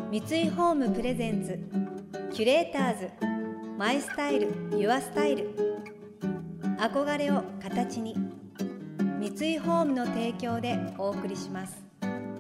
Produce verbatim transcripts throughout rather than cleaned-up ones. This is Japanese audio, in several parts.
三井ホームプレゼンツキュレーターズマイスタイルユアスタイル、憧れを形に、三井ホームの提供でお送りします。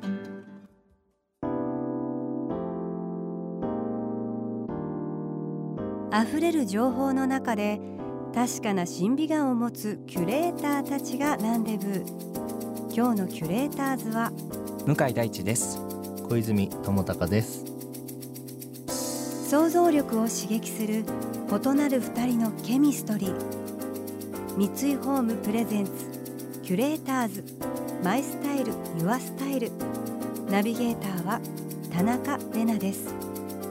あふれる情報の中で確かな審美眼を持つキュレーターたちがランデブー。今日のキュレーターズは向井大地です。 小泉智孝です。 想像力を刺激する異なる二人のケミストリー。三井ホームプレゼンツキュレーターズマイスタイルユアスタイル、ナビゲーターは田中れなです。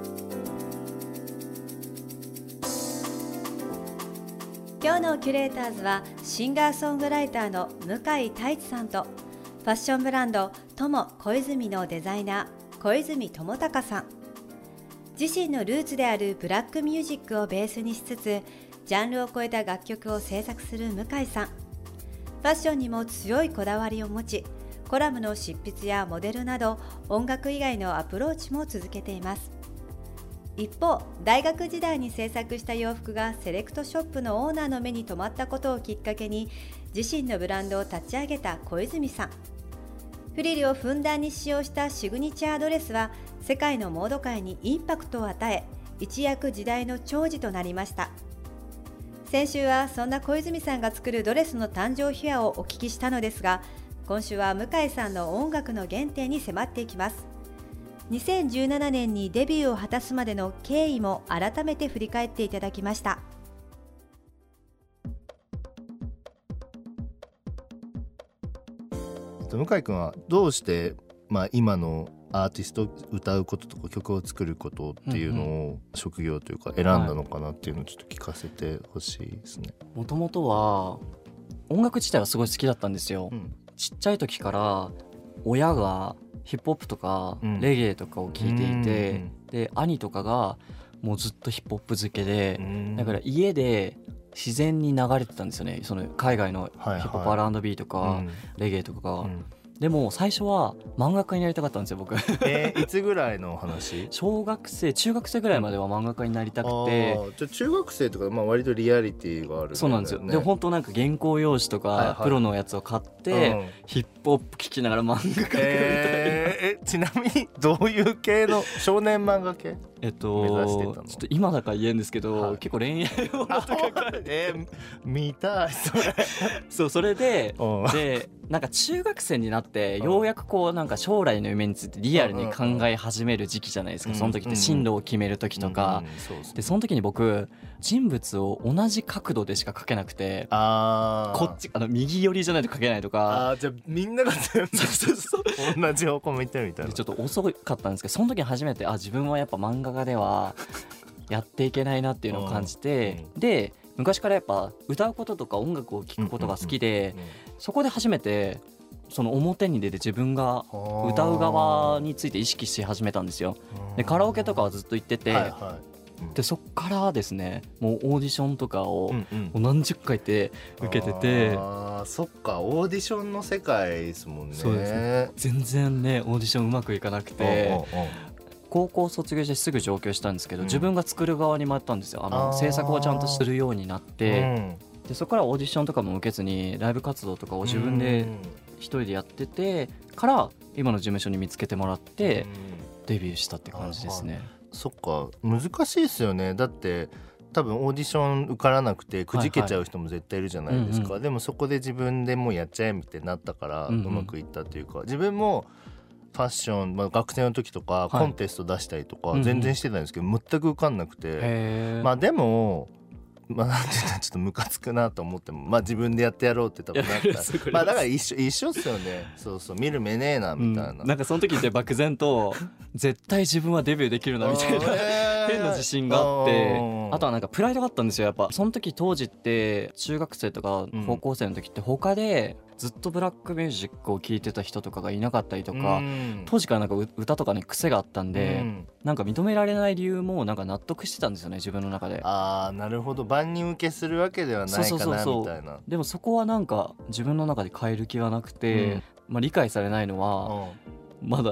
今日のキュレーターズはシンガーソングライターの向井太一さんと、ファッションブランド友小泉のデザイナー小泉智孝さん。自身のルーツであるブラックミュージックをベースにしつつ、ジャンルを超えた楽曲を制作する向井さん。ファッションにも強いこだわりを持ち、コラムの執筆やモデルなど音楽以外のアプローチも続けています。一方、大学時代に制作した洋服がセレクトショップのオーナーの目に留まったことをきっかけに自身のブランドを立ち上げた小泉さん。フリルをふんだんに使用したシグニチャードレスは世界のモード界にインパクトを与え、一躍時代の寵児となりました。先週はそんな小泉さんが作るドレスの誕生秘話をお聞きしたのですが、今週は向井さんの音楽の原点に迫っていきます。にせんじゅうななねんにデビューを果たすまでの経緯も改めて振り返っていただきました。 向井君はどうして、まあ、今のアーティスト歌うこととか曲を作ることっていうのを職業というか選んだのかなっていうのをちょっと聞かせてほしいですね。 もともとは音楽自体はすごい好きだったんですよ、うん、ちっちゃい時から親がヒップホップとかレゲエとかを聴いていて、うん、で兄とかがもうずっとヒップホップ漬けで、うん、だから家で自然に流れてたんですよね。その海外のヒップホップ アールアンドビー とか、はいはい、レゲエとかが、うん、でも最初は漫画家になりたかったんですよ僕。 えー、いつぐらいの話？ 小学生中学生ぐらいまでは漫画家になりたくて。 あ、じゃあ中学生とか、まあ、割とリアリティがあるんだよね。 そうなんですよ。で本当なんか原稿用紙とか、はいはい、プロのやつを買って、うん、ヒップホップ聴きながら漫画描くみたいな、 えー、えちなみにどういう系の少年漫画系えっと、目指してたの？ちょっと今だから言えんですけど、はい、結構恋愛をとか書いて、 えー、見たいそれそうそれででなんか中学生になってようやくこうなんか将来の夢についてリアルに考え始める時期じゃないですか。その時って進路を決める時とかで、その時に僕人物を同じ角度でしか描けなくて、あこっちあの右寄りじゃないと描けないとか。 あじゃあみんなが全部そうそうそう同じ方向向いてるみたいな。 ちょっと遅かったんですけど、その時に初めてあ自分はやっぱ漫画家ではやっていけないなっていうのを感じて、で昔からやっぱ歌うこととか音楽を聴くことが好きで、そこで初めてその表に出て自分が歌う側について意識し始めたんですよ。でカラオケとかはずっと行ってて、はいはい、でそっからですねもうオーディションとかをもう何十回って受けてて、 あそっかオーディションの世界ですもんね。 そうですね。全然ねオーディションうまくいかなくて、おうおうおう高校卒業してすぐ上京したんですけど、うん、自分が作る側に回ったんですよ。あの制作をちゃんとするようになって、うん、でそこからオーディションとかも受けずにライブ活動とかを自分で一人でやっててから今の事務所に見つけてもらってデビューしたって感じですね。 そっか難しいですよね。だって多分オーディション受からなくてくじけちゃう人も絶対いるじゃないですか、はいはい、でもそこで自分でもうやっちゃえみたいになったからうまくいったというか、うんうん、自分もファッション、まあ、学生の時とかコンテスト出したりとか全然してたんですけど、はい、全く受かんなくて、まあでもまあ、なんて言うとちょっとムカつくなと思っても、まあ、自分でやってやろうって多分なったらまあだから一緒一緒っすよね。そうそう見る目ねえなみたいな、 うん、なんかその時って漠然と絶対自分はデビューできるなみたいな変な自信があって、あとはなんかプライドがあったんですよ。やっぱその時当時って中学生とか高校生の時って他でずっとブラックミュージックを聴いてた人とかがいなかったりとか、うん、当時からなんか歌とかね癖があったんで、うん、なんか認められない理由もなんか納得してたんですよね自分の中で。 ああなるほど、万人受けするわけではないかなみたいな。そうそうそうそう。 でもそこはなんか自分の中で変える気はなくて、うんまあ、理解されないのは、うん、まだ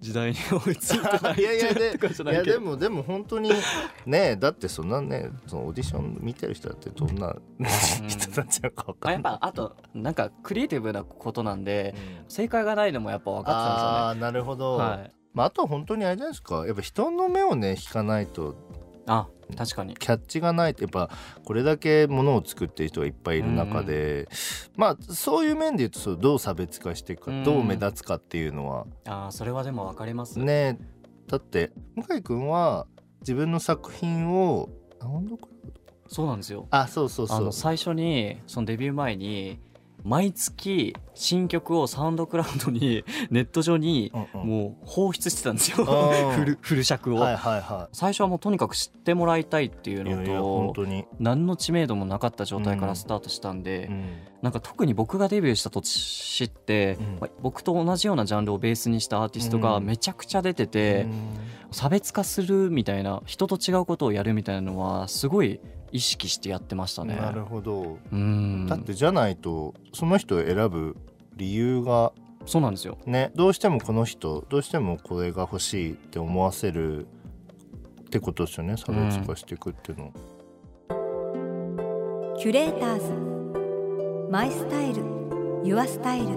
時代に追いついてないいやいやでとかじゃないいやけどでもでも本当にねだってそんなねそのオーディション見てる人だってどんな人たちなのか分かあやっんないぱあとなんかクリエイティブなことなんで、 うん正解がないのもやっぱ分かってたんですよね。 ああなるほど、 はいまあ、あとは本当にあれじゃないですかやっぱ人の目をね引かないとあ確かにキャッチがないとやっぱこれだけものを作ってる人がいっぱいいる中で、まあそういう面で言うとそうどう差別化していくか、 うんどう目立つかっていうのはあそれはでも分かりますねだって向井くんは自分の作品をサウンドクラウドそうなんですよ。 あそうそうそうあの最初にそのデビュー前に毎月新曲をサウンドクラウドにネット上にもう放出してたんですよ、 うんフルフル尺を、 はいはいは最初はもうとにかく知ってもらいたいっていういいやいやの本と当に、 何の知名度もなかった状態からスタートしたんで、 うんなんか特に僕がデビューした年って、 うんまあ僕と同じようなジャンルをベースにしたアーティストがめちゃくちゃ出てて、差別化するみたいな人と違うことをやるみたいなのはすごい意識してやってましたね。 なるほど、 うんだってじゃないとその人を選ぶ理由がそうなんですよ。 ねどうしてもこの人どうしてもこれが欲しいって思わせるってことですよね差別化していくっていうの、 うん、キュレーターズマイスタイルユアスタイル。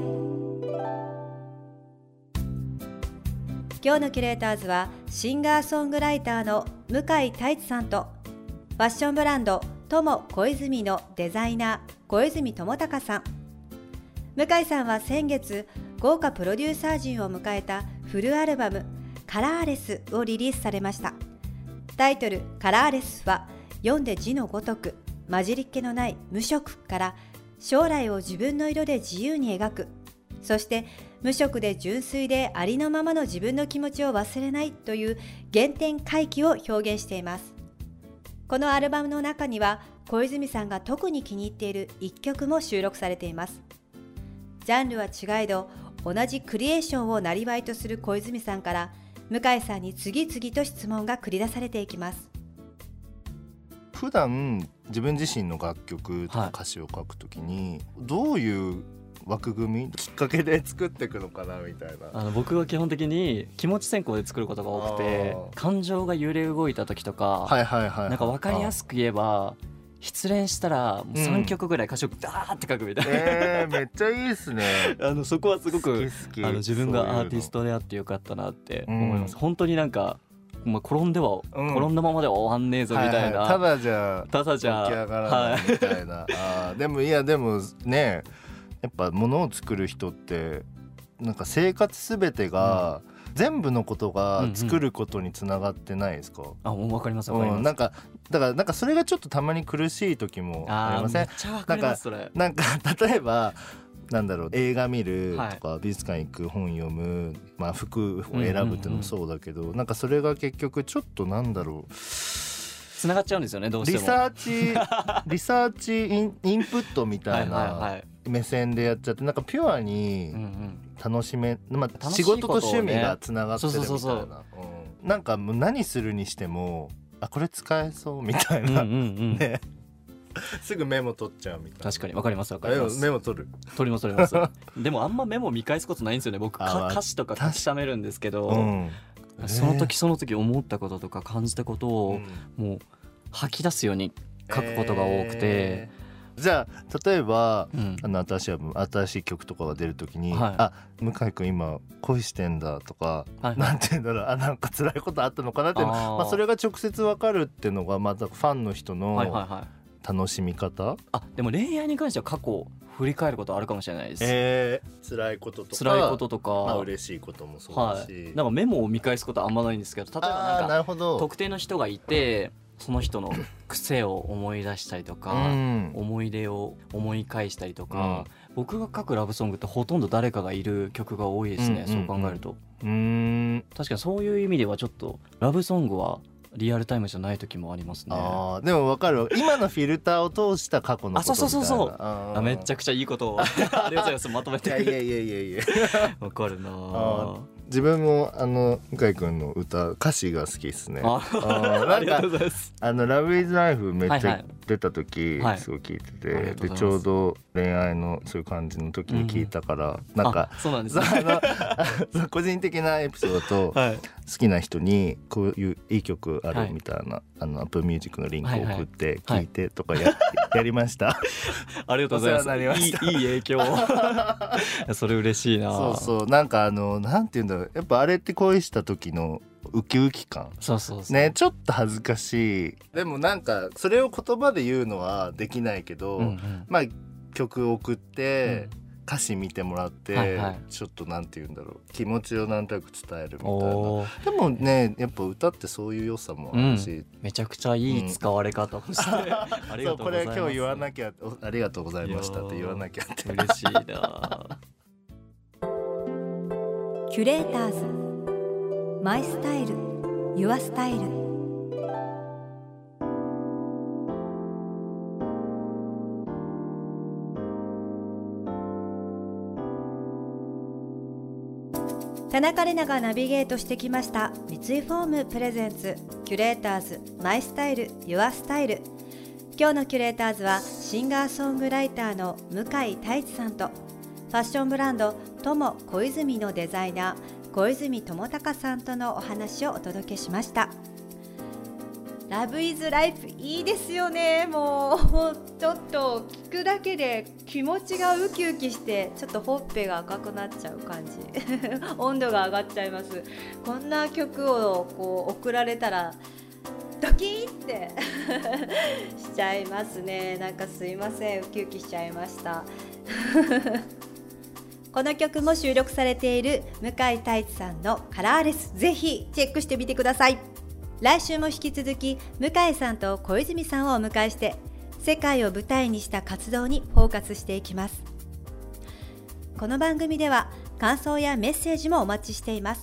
今日のキュレーターズはシンガーソングライターの向井太一さんとファッションブランド友小泉のデザイナー小泉智隆さん。向井さんは先月豪華プロデューサー陣を迎えたフルアルバムカラーレスをリリースされました。タイトルカラーレスは読んで字のごとく混じりっ気のない無色から将来を自分の色で自由に描く、そして無色で純粋でありのままの自分の気持ちを忘れないという原点回帰を表現しています。このアルバムの中には小泉さんが特に気に入っているいっきょくも収録されています。ジャンルは違えど同じクリエーションを生りとする小泉さんから向井さんに次々と質問が繰り出されていきます。 普段自分自身の楽曲とか歌詞を書くときに、はい、どういう枠組みきっかけで作っていくのかなみたいな。 あの僕は基本的に気持ち先行で作ることが多くて、感情が揺れ動いた時とか、 はいはいはい、 なんか分かりやすく言えば失恋したらもうさんきょくぐらい歌詞をダーって書くみたいな、うん、 えー、めっちゃいいですねあのそこはすごく好き好きあの自分がアーティストであってよかったなって思います、うん、本当になんかまあ、転んでは、うん、転んだままでは終わんねえぞみたいな、はいはい、 ただじゃただじゃ起き上がらないみたいな、はい、あでもいやでもねやっぱ物を作る人ってなんか生活すべてが、うん、全部のことが作ることにつながってないですか？うんうん、 あもう分かります分かります、 うん、なんかだからなんかそれがちょっとたまに苦しい時もありません？ めっちゃ分かりますそれ。 なんか例えばなんだろう映画見るとか、はい、美術館行く本読む、まあ、服を選ぶっていうのもそうだけど、うんうんうん、なんかそれが結局ちょっとなんだろうつながっちゃうんですよねどうしても。 リサーチリサーチイン、インプットみたいな目線でやっちゃってなんかピュアに楽しめ、うんうんまあ、仕事と趣味がつながってるみたいな、そうそうそうそう、うん、なんかもう何するにしてもあこれ使えそうみたいな、うんうんうんねすぐメモ取っちゃうみたいな。 確かに分かります分かります。 メモ取る取ります取りますでもあんまメモ見返すことないんですよね僕。歌詞とか書き溜めるんですけど、うんその時その時思ったこととか感じたことをもう吐き出すように書くことが多くて、えー、じゃあ例えば、うん、あの新しい新しい曲とかが出る時に、はい、あ向井くん今恋してんだとか、はい、なんて言うんだろうあなんか辛いことあったのかなってあ、まあ、それが直接分かるっていうのがまたファンの人の、はいはいはい楽しみ方。 あでも恋愛に関しては過去を振り返ることあるかもしれないです。 えー、辛いこととか辛いこととか、 まあ、嬉しいこともそうだし、はい、 なんかメモを見返すことはあんまないんですけど、例えばなんか特定の人がいてその人の癖を思い出したりとか、うん、思い出を思い返したりとか、うん、僕が書くラブソングってほとんど誰かがいる曲が多いですね、うんうんうん、そう考えると。うーん確かにそういう意味ではちょっとラブソングはリアルタイムじゃない時もありますね。 あでも分かる今のフィルターを通した過去のことみたいな。あそうそうそうそうあめちゃくちゃいいことをありがとうございますまとめていやいやいやいや分かるなあ自分もあの向井くんの歌歌詞が好きですね。ああありがとうございます。 あのラブイズライフめっちゃ出た時はいすごい聞いてて、 ありがとうございますでちょうど恋愛のそういう感じの時に聞いたから、うん、なんかそうなんですねあの個人的なエピソードと、はい、好きな人にこういういい曲あるみたいな、はい、あの Apple Music のリンクを送って聞いてとか や,、はいはい、やりましたありがとうございます。 お世話になりました。 いい、いい影響それ嬉しいな。 そうそうなんかあのなんていうんだろうやっぱあれって恋した時のウキウキ感そうそうそうねちょっと恥ずかしいでもなんかそれを言葉で言うのはできないけど、うんうん、まあ曲を送って、うん歌詞見てもらって、はいはい、ちょっとなんて言うんだろう気持ちをなんとなく伝えるみたいな。でもねやっぱ歌ってそういう良さもあるし、うん、 めちゃくちゃいい使われ方をして、うん、ありがとうございます。 そうこれ今日言わなきゃありがとうございましたって言わなきゃって嬉しいなキュレーターズマイスタイルユアスタイル。田中れながナビゲートしてきました三井フォームプレゼンツキュレーターズマイスタイルユアスタイル。今日のキュレーターズはシンガーソングライターの向井太一さんとファッションブランド友小泉のデザイナー小泉智隆さんとのお話をお届けしました。ラブイズライフいいですよね。もうちょっと聞くだけで気持ちがウキウキしてちょっとほっぺが赤くなっちゃう感じ温度が上がっちゃいます。こんな曲をこう送られたらドキーってしちゃいますね。なんかすいませんウキウキしちゃいましたこの曲も収録されている向井太一さんのカラーレス、ぜひチェックしてみてください。来週も引き続き向井さんと小泉さんをお迎えして世界を舞台にした活動にフォーカスしていきます。この番組では感想やメッセージもお待ちしています。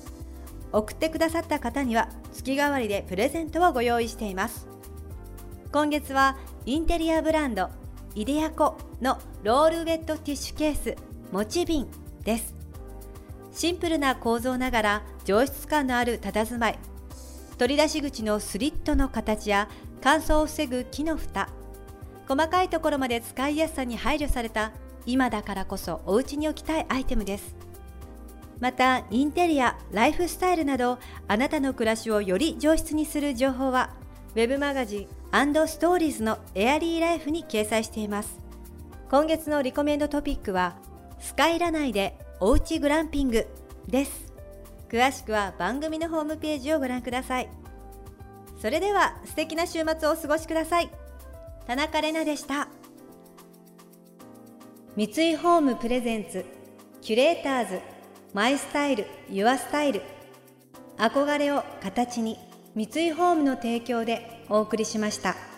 送ってくださった方には月替わりでプレゼントをご用意しています。今月はインテリアブランドイデヤコのロールウェットティッシュケースもちびんです。シンプルな構造ながら上質感のある佇まい、取り出し口のスリットの形や乾燥を防ぐ木の蓋、細かいところまで使いやすさに配慮された今だからこそお家に置きたいアイテムです。またインテリア、ライフスタイルなどあなたの暮らしをより上質にする情報はウェブマガジン&ストーリーズのエアリーライフに掲載しています。今月のリコメンドトピックはスカイラナイでおうちグランピングです。詳しくは番組のホームページをご覧ください。それでは素敵な週末をお過ごしください。田中れなでした。三井ホームプレゼンツキュレーターズマイスタイルユアスタイル、憧れを形に三井ホームの提供でお送りしました。